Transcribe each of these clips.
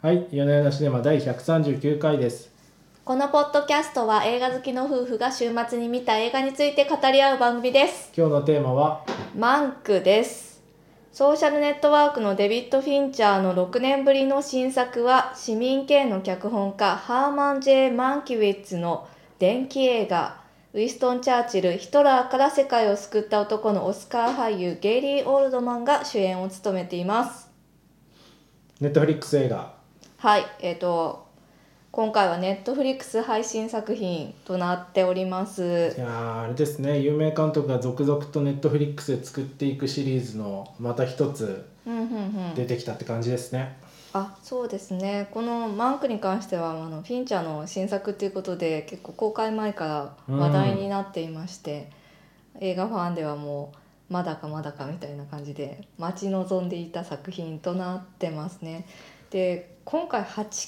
はい、夜な夜なシネマ第139回です。 このポッドキャストは映画好きの夫婦が週末に見た映画について語り合う番組です。 今日のテーマはマンクです。ソーシャルネットワークのデビッド・フィンチャーの6年ぶりの新作は、市民権の脚本家ハーマン・ジェイ・マンキウィッツの伝記映画、ウィストン・チャーチル・ヒトラーから世界を救った男のオスカー俳優ゲイリー・オールドマンが主演を務めています。 ネットフリックス映画。 はい、今回はネットフリックス配信作品となっております。 いやー、あれですね、有名監督が続々とネットフリックスで作っていくシリーズのまた一つ出てきたって感じですね。 そうですね。このマンクに関してはフィンチャーの新作ということで結構公開前から話題になっていまして、映画ファンではもうまだかまだかみたいな感じで待ち望んでいた作品となってますね。で、今回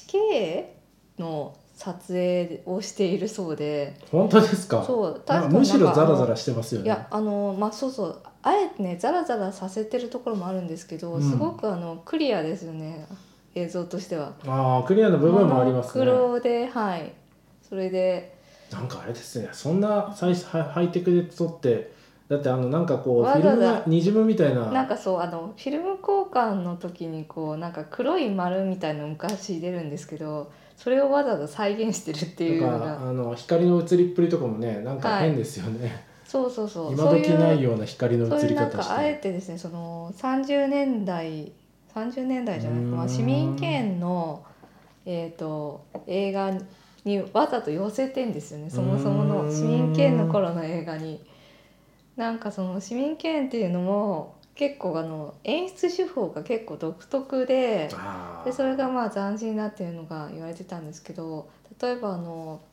8K の撮影をしているそうで。 本当ですか？ そう確かにむしろザラザラしてますよね。 いやそうそうあえてねザラザラさせてるところもあるんですけど、すごくクリアですよね、映像としては。 クリアな部分もありますね。 モノクロで、はい、それでなんかあれですね、そんなハイテクで撮って、だってなんかこうわざわざフィルムがにじむみたいな。 なんかそうフィルム交換の時にこうなんか黒い丸みたいなの昔出るんですけど、それをわざわざ再現してるっていうのが光の映りっぷりとかもね、なんか変ですよね、はい、 そうそう今時ないような光の映り方して、 そういうなんかあえてですね、その30年代じゃなく、市民権の、映画にわざと寄せてんですよね。そもそもの市民権の頃の映画に。なんかその市民権っていうのも結構演出手法が結構独特で、それがまあ斬新だっていうのが言われてたんですけど、例えば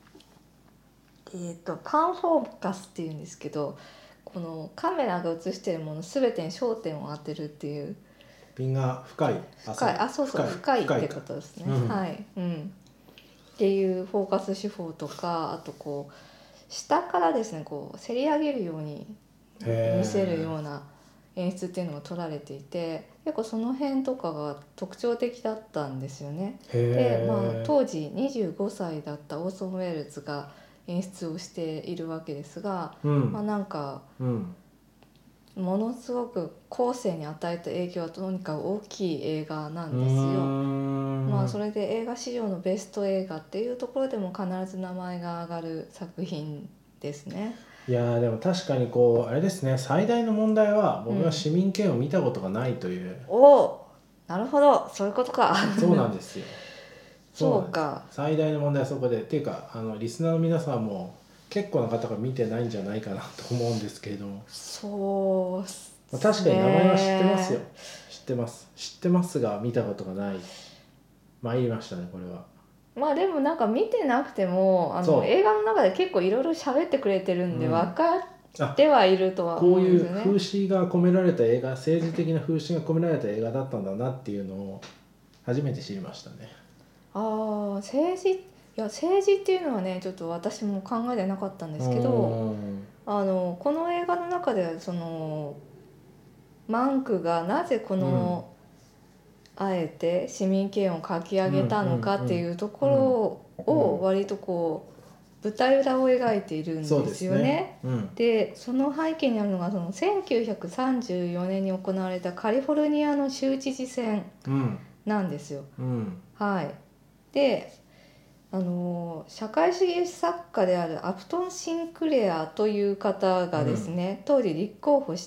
パンフォーカスっていうんですけど、このカメラが映しているもの全てに焦点を当てるっていう。 ピンが深い深いってことですね、はい、っていうフォーカス手法とか、あとこう下からですねこうせり上げるように見せるような演出っていうのが取られていて、結構その辺とかが特徴的だったんですよね。で、当時25歳だったオーソン・ウェルズが演出をしているわけですが、なんか、ものすごく後世に与えた影響はとにかく大きい映画なんですよ。それで映画史上のベスト映画っていうところでも必ず名前が挙がる作品ですね。 いやでも確かにこうあれですね、最大の問題は僕は市民権を見たことがないという、 なるほど、そういうことか。 そうなんですよそうか、 最大の問題はそこで、っていうかリスナーの皆さんも結構な方が見てないんじゃないかなと思うんですけれども、 そうですね、 確かに名前は知ってますよ。知ってますが見たことがない。参りましたね、これは。 でもなんか見てなくても映画の中で結構いろいろ喋ってくれてるんで分かってはいるとは思うんですよね。 こういう風刺が込められた映画、政治的な風刺が込められた映画だったんだなっていうのを初めて知りましたね。 政治っていうのはねちょっと私も考えてなかったんですけど、この映画の中ではそのマンクがなぜこの、あえて市民権を書き上げたのかっていうところを割とこう舞台裏を描いているんですよね。で、その背景にあるのがその1934年に行われたカリフォルニアの州知事選なんですよ。はい。で、社会主義作家であるアプトン・シンクレアという方がですね、当時立候補して、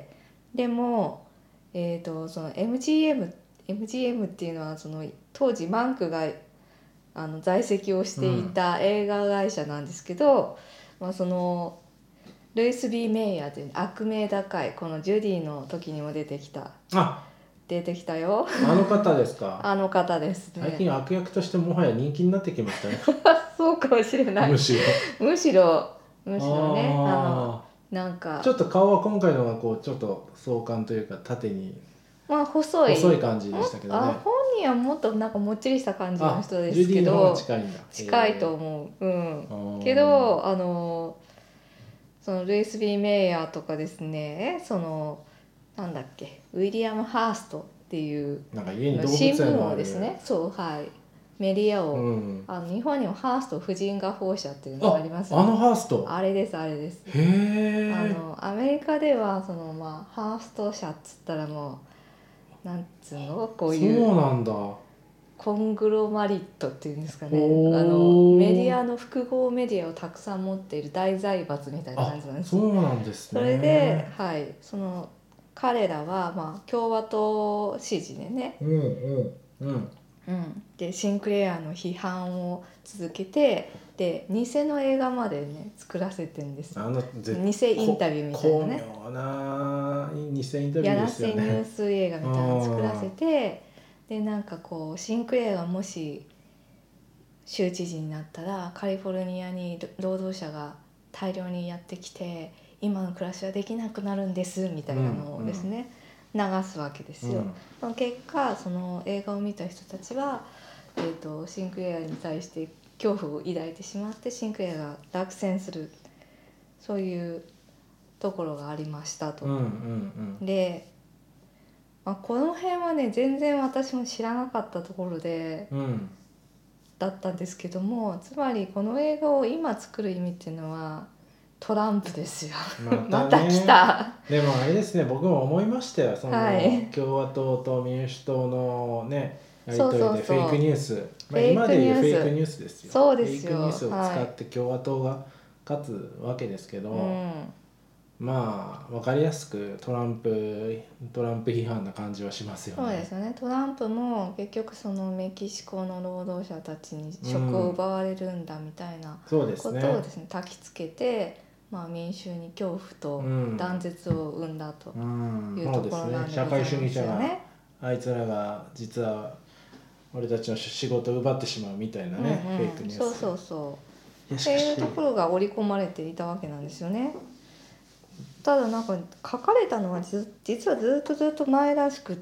でも、その MGM っていうのはその当時マンクが在籍をしていた映画会社なんですけど、そのルイス・ビー・メイヤーという悪名高い、このジュディの時にも出てきたよ。 あの方ですか？ あの方ですね。 最近悪役としてもはや人気になってきましたね。 そうかもしれない。むしろね、なんかちょっと顔は今回のがこうちょっと壮観というか縦に細い感じでしたけどね。 本人はもっとなんかもっちりした感じの人ですけど、ジュディの方が近いんだ。近いと思う。けどそのルイス・ビー・メイヤーとかですね、そのなんだっけ、ウィリアム・ハーストっっていうなんか家に動物新園のある聞をですね、そうはいメディアを、日本にもハースト婦人画報社っていうのがありますね。あのハースト。 あれですあれです。 へえ。 アメリカではそのハースト社っつったらもうなんつうのこういうそうなんだ。 コングロマリットっていうんですかね、メディアの複合メディアをたくさん持っている大財閥みたいな感じなんです。 そうなんですね。 それで、はい、その彼らは共和党支持でね、でシンクレアの批判を続けて、で偽の映画までね作らせてるんです。偽インタビューみたいなね、 巧妙な偽インタビューですよね。 やらせニュース映画みたいなの作らせて、でなんかこうシンクレアがもし州知事になったらカリフォルニアに労働者が大量にやってきて今の暮らしはできなくなるんですみたいなのをですね、流すわけですよ。その結果その映画を見た人たちは、シンクレアに対して恐怖を抱いてしまってシンクレアが落選する、そういうところがありましたと。で、この辺はね全然私も知らなかったところで、だったんですけども、つまりこの映画を今作る意味っていうのはトランプですよ。また来た。 でもあれですね、僕も思いましたよ。その、共和党と民主党のねやり取りでフェイクニュース、今でいうフェイクニュースですよ。 そうですよ。 フェイクニュースを使って共和党が勝つわけですけど、分かりやすくトランプ批判な感じはしますよね。 そうですよね。トランプも結局そのメキシコの労働者たちに職を奪われるんだみたいなことをですね、焚きつけて、民衆に恐怖と断絶を生んだというところなんでございますよね。 社会主義者があいつらが実は俺たちの仕事を奪ってしまうみたいなね、フェイクニュース。 そうっていうところが織り込まれていたわけなんですよね。ただなんか書かれたのは実はずっと前らしくって、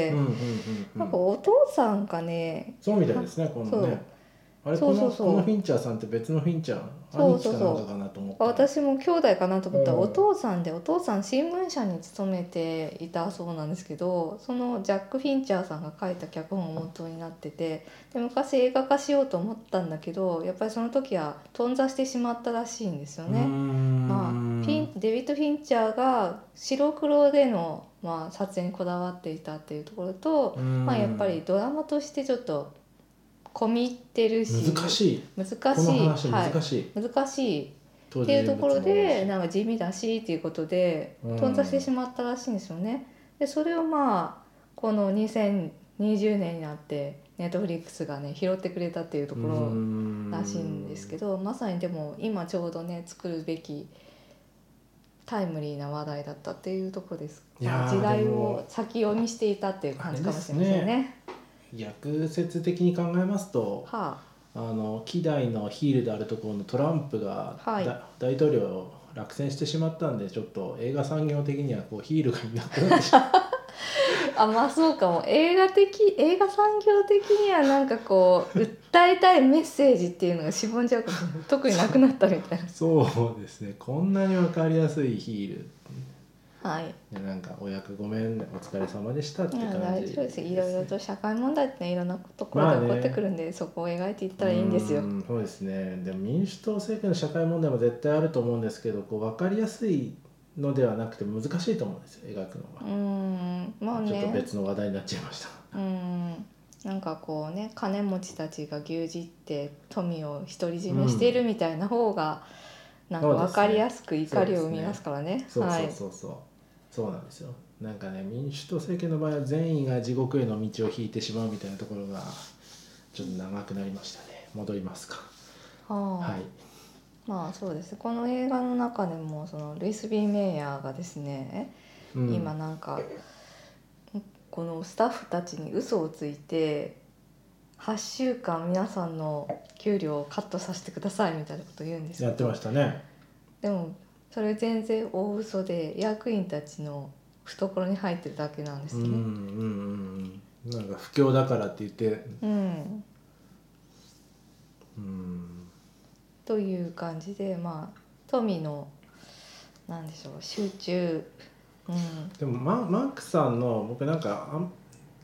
なんかお父さんがね、 そうみたいですね、このね。あれこのフィンチャーさんって別のフィンチャー、兄貴かなんかかなと思った。 私も兄弟かなと思ったらお父さんで、お父さん新聞社に勤めていたそうなんですけど、そのジャック・フィンチャーさんが書いた脚本が元になってて、で昔映画化しようと思ったんだけど、やっぱりその時は頓挫してしまったらしいんですよね。デビッド・フィンチャーが白黒での、撮影にこだわっていたっていうところと、やっぱりドラマとしてちょっと込み入ってるし難しい難しい難しいっていうところでなんか地味だしっていうことで頓挫してしまったらしいんですよね。でそれをこの2020年になってネットフリックスがね拾ってくれたっていうところらしいんですけど、まさにでも今ちょうどね作るべきタイムリーな話題だったっていうところです。時代を先読みしていたっていう感じかもしれませんね。 逆説的に考えますと、希代のヒールであるところのトランプが、大統領を落選してしまったんで、ちょっと映画産業的にはこうヒールがいなくなってしまう。 そうかも。映画産業的にはなんかこう訴えたいメッセージっていうのがしぼんじゃうかもしれない。特になくなったみたいな。 そうですね。こんなに分かりやすいヒール。なんかお役ごめんお疲れ様でしたって感じ大丈夫です。いろいろと社会問題っていろんなところで起こってくるんで、そこを描いていったらいいんですよ。 そうですね。でも民主党政権の社会問題も絶対あると思うんですけど、こう分かりやすいのではなくて難しいと思うんですよ、描くのが。ちょっと別の話題になっちゃいました。 なんかこうね、金持ちたちが牛耳って富を独り占めしているみたいな方がなんか分かりやすく怒りを生みますからね。 そうなんですよ。なんかね、民主党政権の場合は善意が地獄への道を引いてしまうみたいなところがちょっと長くなりましたね。戻りますか。 そうです。この映画の中でもそのルイス・ビー・メイヤーがですね、今なんかこのスタッフたちに嘘をついて8週間皆さんの給料をカットさせてくださいみたいなことを言うんですけど、 やってましたね。 でもそれ全然大嘘で役員たちの懐に入ってるだけなんですね。 なんか不況だからって言ってという感じで、富のなんでしょう集中、 でもマークさんの僕なんか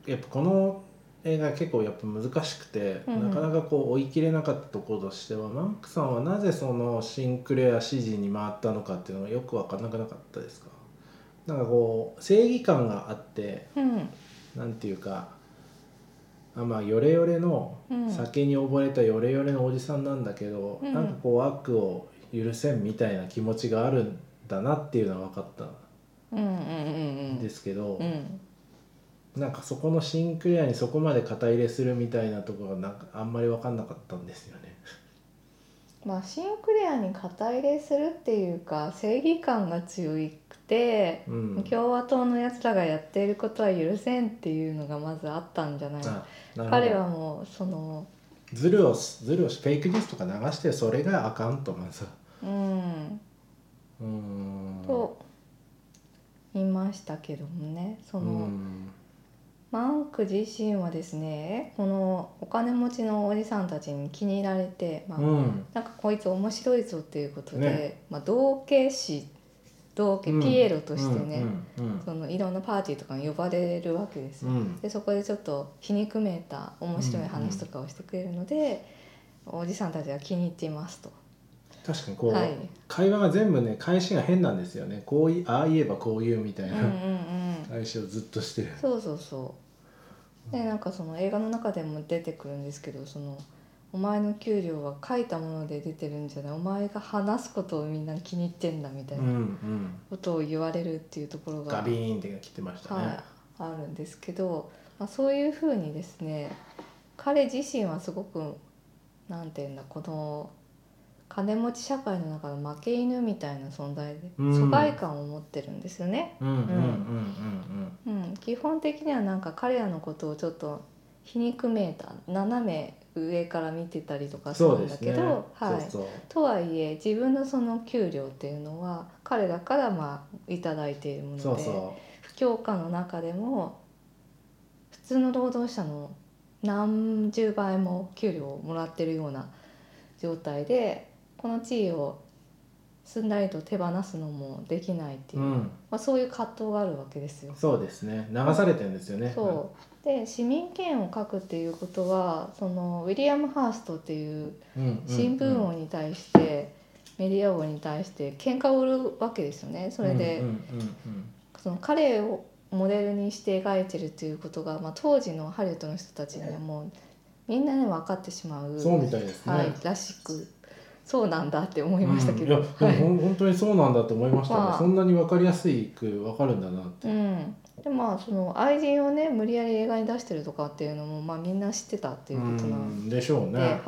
やっぱこの映画結構やっぱ難しくて、なかなかこう追い切れなかったところとしては、マンクさんはなぜそのシンクレア支持に回ったのかっていうのがよく分からなかったですか？なんかこう正義感があって、なんていうか、まあヨレヨレの酒に溺れたヨレヨレのおじさんなんだけど、なんかこう悪を許せんみたいな気持ちがあるんだなっていうのは分かったんですけど、なんかそこのシンクレアにそこまで肩入れするみたいなところがなんかあんまり分かんなかったんですよね。 まあシンクレアに肩入れするっていうか、正義感が強くて、共和党のやつらがやっていることは許せんっていうのがまずあったんじゃない。彼はもうそのズルをフェイクニュースとか流してそれがあかんとまずと言いましたけどもね、そのマンク自身はですね、このお金持ちのおじさんたちに気に入られて、なんかこいつ面白いぞっていうことで、道化師ピエロとしてね、そのいろんなパーティーとかに呼ばれるわけですよ。でそこでちょっと皮肉めいた面白い話とかをしてくれるので、おじさんたちは気に入っていますと。 確かにこう、会話が全部ね返しが変なんですよね。こうああ言えばこう言うみたいな返しをずっとしてる。 そうで、なんかその映画の中でも出てくるんですけど、そのお前の給料は書いたもので出てるんじゃない、お前が話すことをみんな気に入ってんだみたいなことを言われるっていうところがガビーンって来てましたね。 あるんですけど、そういうふうにですね、彼自身はすごくなんていうんだ、この金持ち社会の中の負け犬みたいな存在で疎外感を持ってるんですよね。基本的にはなんか彼らのことをちょっと皮肉めいた斜め上から見てたりとかするんだけど、とはいえ自分のその給料っていうのは彼らからいただいているもので、不況下の中でも普通の労働者の何十倍も給料をもらってるような状態で、この地位をすんなりと手放すのもできないっていう、そういう葛藤があるわけですよ。 そうですね、流されてるんですよね。 で市民権を書くっていうことは、そのウィリアム・ハーストっていう新聞王に対して、メディア王に対して喧嘩を売るわけですよね。それでその彼をモデルにして描いてるっていうことが、当時のハリウッドの人たちにはもうみんなね分かってしまう、 そうみたいですね、 らしく、そうなんだって思いましたけど、 いやでも本当にそうなんだと思いましたね。そんなに分かりやすく分かるんだなって。 でその愛人をね無理やり映画に出してるとかっていうのもみんな知ってたっていうことなんでしょうね。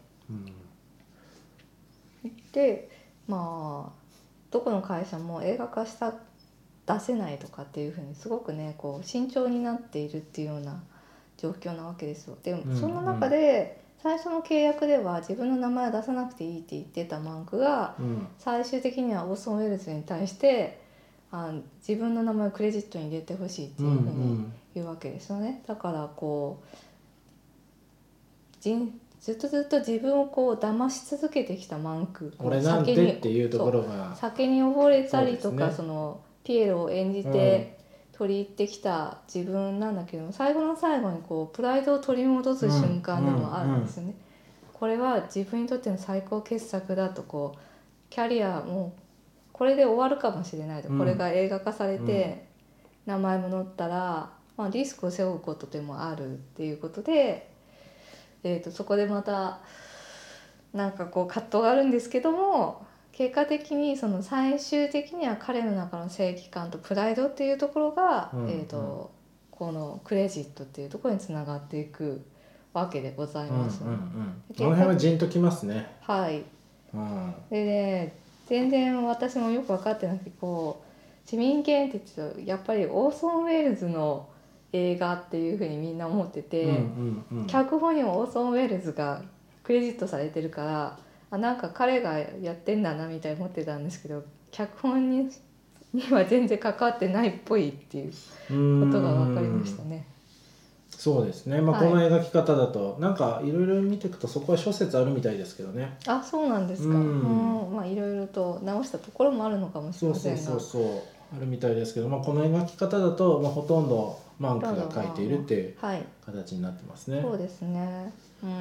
でどこの会社も映画化した出せないとかっていうふうにすごくねこう慎重になっているっていうような状況なわけですよ。でその中で最初の契約では自分の名前を出さなくていいって言ってたマンクが、最終的にはオーソン・ウェルズに対して自分の名前をクレジットに入れてほしいっていうふうに言うわけですよね。だからこうずっと自分をこう騙し続けてきたマンク、 俺なんてっていうところが酒に溺れたりとか、そのピエロを演じて取り入ってきた自分なんだけども、最後の最後にこうプライドを取り戻す瞬間でもあるんですよね。これは自分にとっての最高傑作だと、こうキャリアもこれで終わるかもしれないと、これが映画化されて名前も載ったら、リスクを背負うことでもあるっていうことで、そこでまたなんかこう葛藤があるんですけども、結果的にその最終的には彼の中の正義感とプライドっていうところが、このクレジットっていうところにつながっていくわけでございます。 この辺はジンときますね。 でね、全然私もよく分かってなくて、こう市民権って言うとやっぱりオーソン・ウェルズの映画っていうふうにみんな思ってて、脚本にもオーソン・ウェルズがクレジットされてるから、なんか彼がやってんだなみたいに思ってたんですけど、脚本には全然関わってないっぽいっていうことが分かりましたね。 そうですね、この描き方だとなんかいろいろ見ていくとそこは諸説あるみたいですけどね。 そうなんですか。いろいろと直したところもあるのかもしれませんが、 あるみたいですけど、この描き方だと、ほとんどマンクが書いているっていう形になってますね。 そうですね。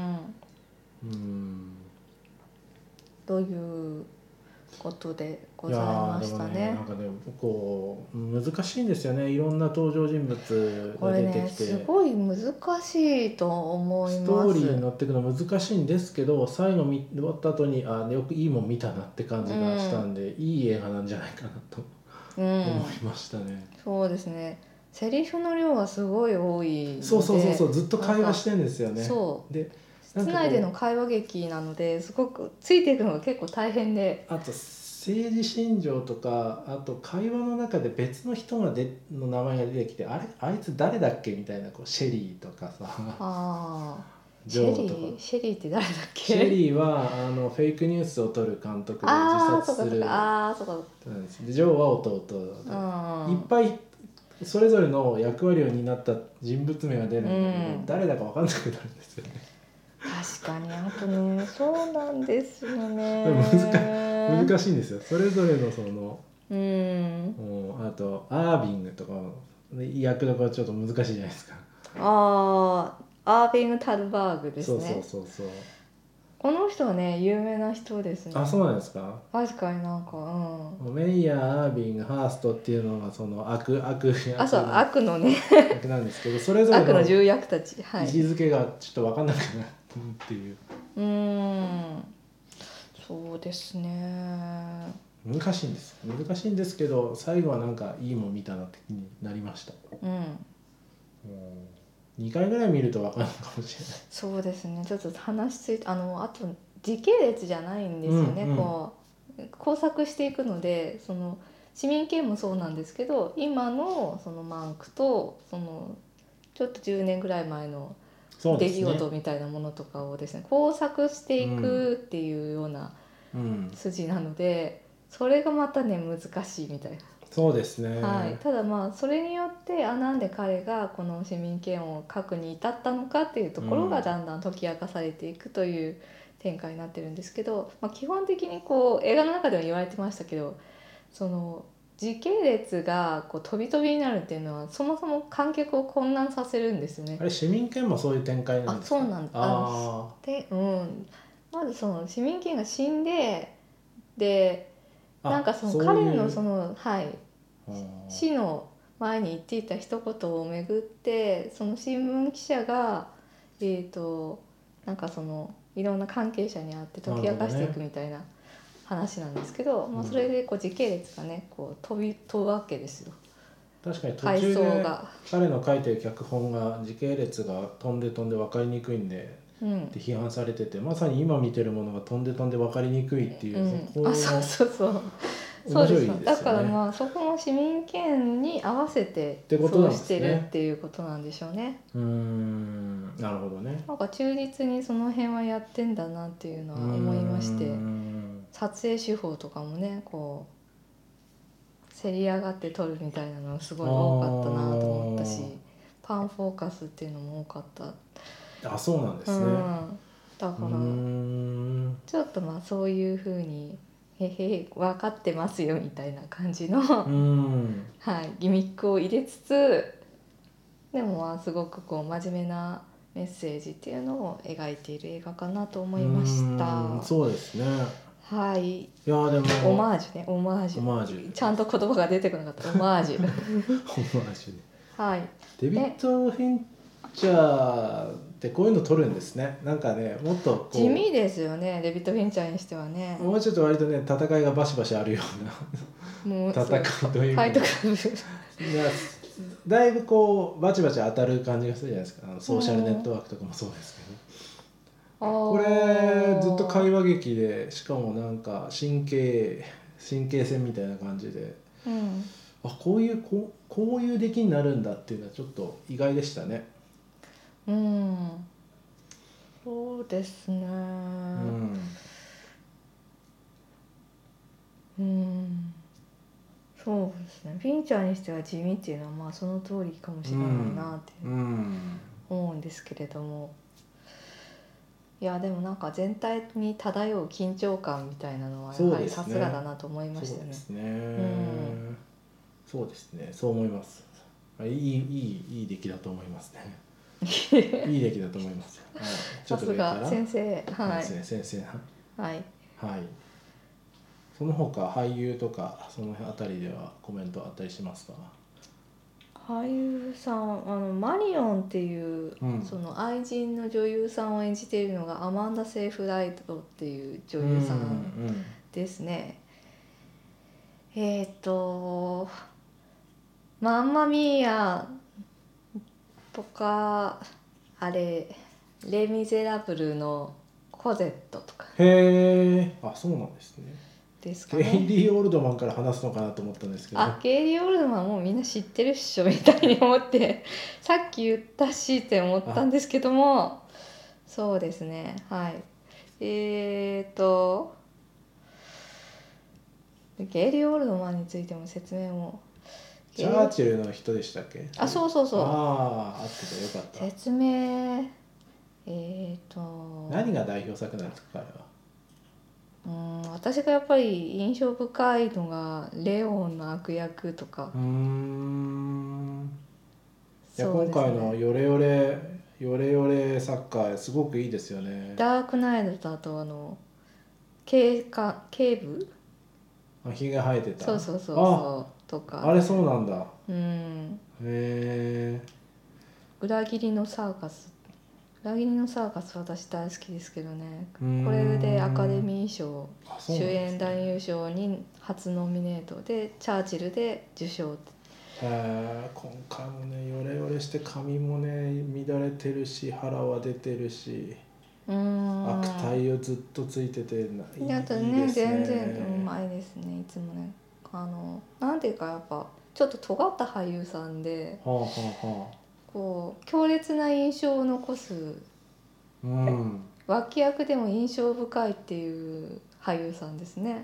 ということでございましたね。 いやでもね、なんかね、こう難しいんですよね。いろんな登場人物が出てきて、これねすごい難しいと思います。 ストーリーに乗っていくの難しいんですけど、最後見終わった後によくいいもん見たなって感じがしたんで、いい映画なんじゃないかなと思いましたね。 そうですね。セリフの量がすごい多いので、 そうずっと会話してんですよね。 そうで室内での会話劇なのですごくついていくのが結構大変で、 あと政治信条とか、あと会話の中で別の人の名前が出てきて、あいつ誰だっけみたいな、シェリーとかさ、 シェリーって誰だっけ。 シェリーはフェイクニュースを撮る監督で自殺する。でジョーは弟。いっぱいそれぞれの役割を担った人物名が出るんだけど、誰だか分かんなくなるんですよね。 確かに。あとね、そうなんですよね。 難しいんですよ。それぞれのあとアービングとか役どころちょっと難しいじゃないですか。 アービング・タルバーグですね。 そうこの人はね、有名な人ですね。 あ、そうなんですか。 確かにメイヤー、アービング、ハーストっていうのが悪のね役なんですけど、それぞれの重役たち、 位置づけがちょっと分かんなくなるっていう。 そうですね。 難しいんですけど、最後はなんかいいもん見たなって気になりました。2回ぐらい見ると分かるかもしれない。 そうですね。ちょっと話ついてあと時系列じゃないんですよね。工作していくので、その市民権もそうなんですけど、今のそのマンクとちょっと10年ぐらい前の出来事みたいなものとかをですね、工作していくっていうような筋なので、それがまたね難しいみたいな。 そうですね。 ただそれによってなんで彼がこの市民権を書くに至ったのかっていうところがだんだん解き明かされていくという展開になってるんですけど、基本的に映画の中でも言われてましたけど、その時系列が飛び飛びになるっていうのはそもそも観客を混乱させるんですよね。 あれ市民権もそういう展開なんですか。 そうなんで、まずその市民権が死んで、なんか彼の死の前に言っていた一言をめぐって、その新聞記者がなんかいろんな関係者に会って解き明かしていくみたいな話なんですけど、それで時系列がね飛ぶわけですよ。 確かに途中で彼の書いてる脚本が時系列が飛んで分かりにくいんで、って批判されてて、まさに今見てるものが飛んんで分かりにくいっていう、 そうです。だからそこの市民権に合わせてそうしてるっていうことなんでしょうね。 なるほどね。 なんか忠実にその辺はやってんだなっていうのは思いまして、撮影手法とかもねせり上がって撮るみたいなのがすごい多かったなと思ったし、パンフォーカスっていうのも多かった。 そうなんですね。 だからちょっとそういうふうに分かってますよみたいな感じのギミックを入れつつ、でもすごく真面目なメッセージっていうのを描いている映画かなと思いました。 そうですね。 いやでもオマージュね、オマージュちゃんと言葉が出てこなかった。オマージュデビッド・フィンチャーってこういうの撮るんですね。なんかね、もっと地味ですよね、デビッド・フィンチャーにしてはね。 もうちょっと割とね、戦いがバシバシあるような戦いというか、だいぶバチバチ当たる感じがするじゃないですか。ソーシャルネットワークとかもそうですけど、これずっと会話劇で、しかもなんか神経戦みたいな感じで、こういう出来になるんだっていうのはちょっと意外でしたね。 そうですね。そうですね。フィンチャーにしては地味っていうのはその通りかもしれないなって思うんですけれども、いやでもなんか全体に漂う緊張感みたいなのはやはりさすがだなと思いましたね。 そうですね。そう思います。 いい出来だと思いますね。いい出来だと思いますよ。はい、ちょっと上から先生、はい。 先生、 はい。 はい。その他俳優とかそのあたりではコメントあったりしますか？ 俳優さん、マリオンっていう、その愛人の女優さんを演じているのがアマンダ・セイフライトっていう女優さんですね。マンマミーアとかレ・ミゼラブルのコゼットとか。 へえ、そうなんですね。 ですかね。 ゲイリー・オールドマンから話すのかなと思ったんですけど。 ゲイリー・オールドマンもうみんな知ってるっしょみたいに思ってさっき言ったしって思ったんですけども、そうですね、はい。ゲイリー・オールドマンについても説明も。 チャーチルの人でしたっけ？ そう。 合ってた、よかった。 説明何が代表作なんですか、彼は。 私がやっぱり印象深いのがレオンの悪役とか。 いや、今回のヨレヨレサッカーすごくいいですよね。 ダークナイトと、あと警部、 ひげ生えてた。 そうとか。 あれそうなんだ。 へえ。裏切りのサーカス私大好きですけどね。これでアカデミー賞、主演男優賞に初ノミネートでチャーチルで受賞。 今回もね、ヨレヨレして髪もね乱れてるし、腹は出てるし、悪態をずっとついてていいですね。 全然うまいですね。いつもね、なんていうか、やっぱちょっと尖った俳優さんで、こう強烈な印象を残す、脇役でも印象深いっていう俳優さんですね。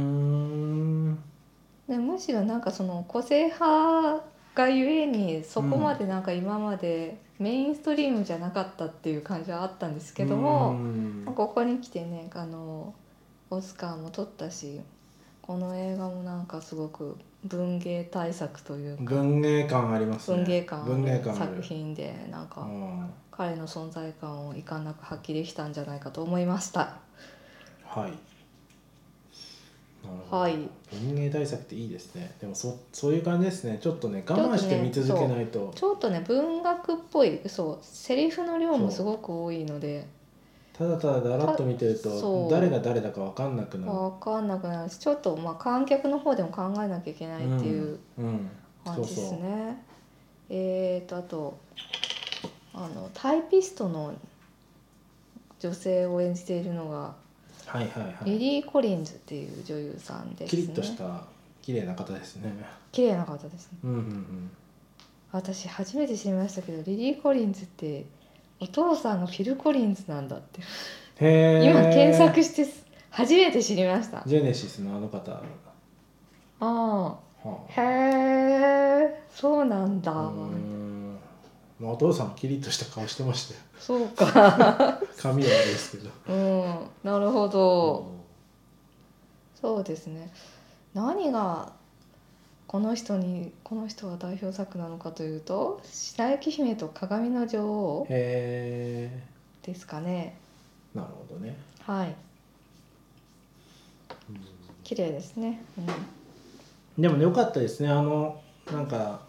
でむしろなんかその個性派がゆえにそこまでなんか今までメインストリームじゃなかったっていう感じはあったんですけども、ここに来てね、オスカーも取ったし、この映画もなんかすごく文芸大作というか、 文芸感ありますね。 文芸感ある作品で、なんか彼の存在感を遺憾なく発揮できたんじゃないかと思いました。 はい。 はい、 文芸大作っていいですね。でもそういう感じですね。ちょっとね、我慢して見続けないと。 ちょっとね、文学っぽい、セリフの量もすごく多いので、 ただただだらっと見てると誰が誰だか分かんなくなるし、ちょっと観客の方でも考えなきゃいけないっていう感じですね。あとタイピストの女性を演じているのがリリー・コリンズっていう女優さんですね。 キリッとした綺麗な方ですね。 綺麗な方ですね。私初めて知りましたけど、リリー・コリンズってお父さんがフィル・コリンズなんだって。今検索して初めて知りました。 ジェネシスのあの方。 へえ、そうなんだ。 お父さんキリッとした顔してましたよ。 そうか。 髪はあれですけど。 なるほど。そうですね。何がこの人は代表作なのかというと、白雪姫と鏡の女王ですかね。 なるほどね。 はい。綺麗ですね。 でも良かったですね。なんか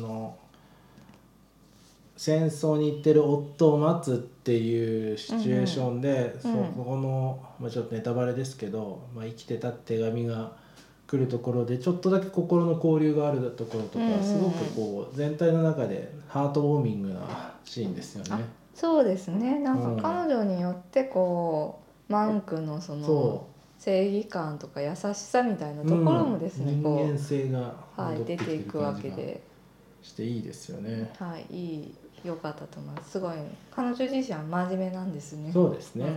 戦争に行ってる夫を待つっていうシチュエーションで、そこの、ちょっとネタバレですけど、生きてた手紙が来るところでちょっとだけ心の交流があるところとか、すごくこう全体の中でハートウォーミングなシーンですよね。 そうですね。なんか彼女によってこうマンクのその正義感とか優しさみたいなところもですね、 人間性が出ていくわけでしていいですよね。 良かったと思います。すごい彼女自身は真面目なんですね。 そうですね。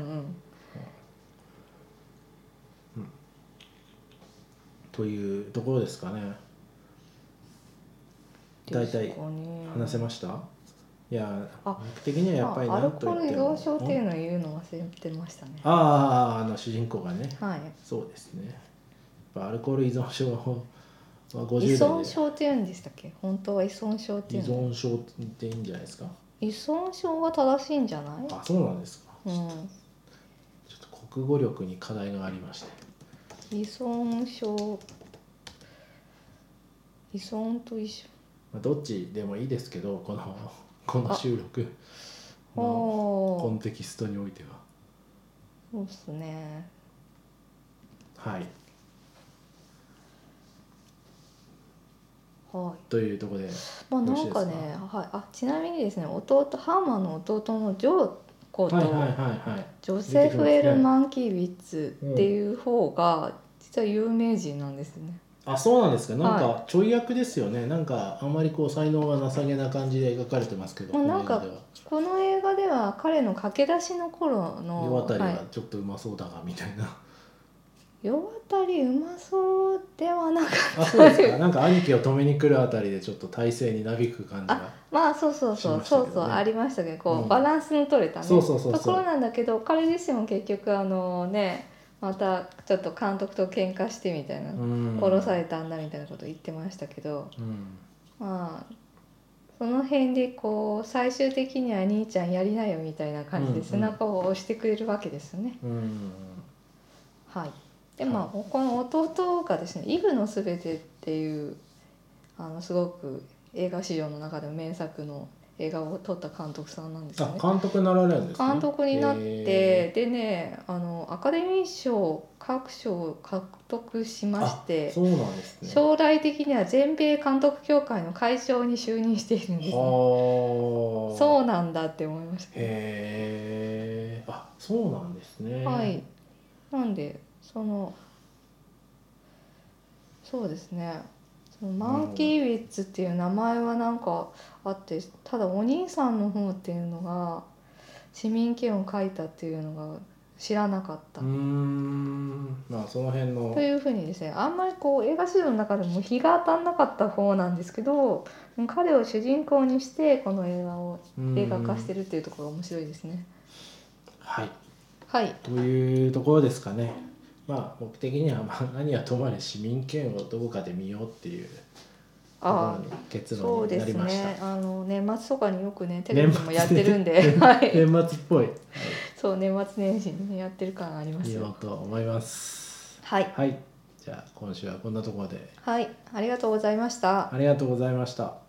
というところですかね。大体話せました？いや、僕的にはやっぱりアルコール依存症っていうのを言うの忘れてましたね。 主人公がね。そうですね。アルコール依存症 50 依存症って言うんでしたっけ？本当は依存症って依いうの？ 存症っていいんじゃないですか。 依存症が正しいんじゃない？ あ、そうなんですか。 うん、 ちょっと国語力に課題がありまして。 依存症、依存と一緒。 どっちでもいいですけど、この収録のコンテキストにおいては。 そうですね。 はい。 はい。 というところで、 まあなんかね、はい。ちなみにですね、ハーマンの弟のジョーコと、ジョセフ・エル・マンキービッツっていう方が実は有名人なんですね。 あ、そうなんですか。なんかちょい役ですよね。なんかあんまりこう才能がなさげな感じで描かれてますけど、 なんかこの映画では彼の駆け出しの頃の世渡りはちょっとうまそうだがみたいな。 世渡りうまそうではなかった。 あ、そうですか。なんか兄貴を止めに来るあたりでちょっと体勢になびく感じが。 まあそうありましたけど、こうバランスの取れたねところなんだけど、彼自身も結局またちょっと監督と喧嘩してみたいな、殺されたんだみたいなこと言ってましたけど、まあその辺でこう最終的には兄ちゃんやりなよみたいな感じで背中を押してくれるわけですね。はい。でこの弟がですね「イブのすべて」っていうすごく映画史上の中でも名作の映画を撮った監督さんなんですよね。 監督になられるんですね。 監督になってでね、アカデミー賞各賞を獲得しまして、 そうなんですね、 将来的には全米監督協会の会長に就任しているんですね。そうなんだって思いました、ね。 へえ、そうなんですね。 はい。なんでそうですね。マンキー・ウィッツっていう名前はなんかあって、ただお兄さんの方っていうのが市民権を書いたっていうのが知らなかった。 その辺のというふうにですね、あんまりこう映画史上の中でも日が当たんなかった方なんですけど、彼を主人公にしてこの映画を映画化してるっていうところが面白いですね。 はい。 はい。 というところですかね。目的には何はともあれ市民権をどこかで見ようっていうところに結論になりました。 そうですね。年末とかによくねテレビでもやってるんで、 はい、年末っぽい。 そう年末年始にねやってる感ありますよ。 見ようと思います。 はい。 はい。じゃあ今週はこんなところで。 はい、ありがとうございました。 ありがとうございました。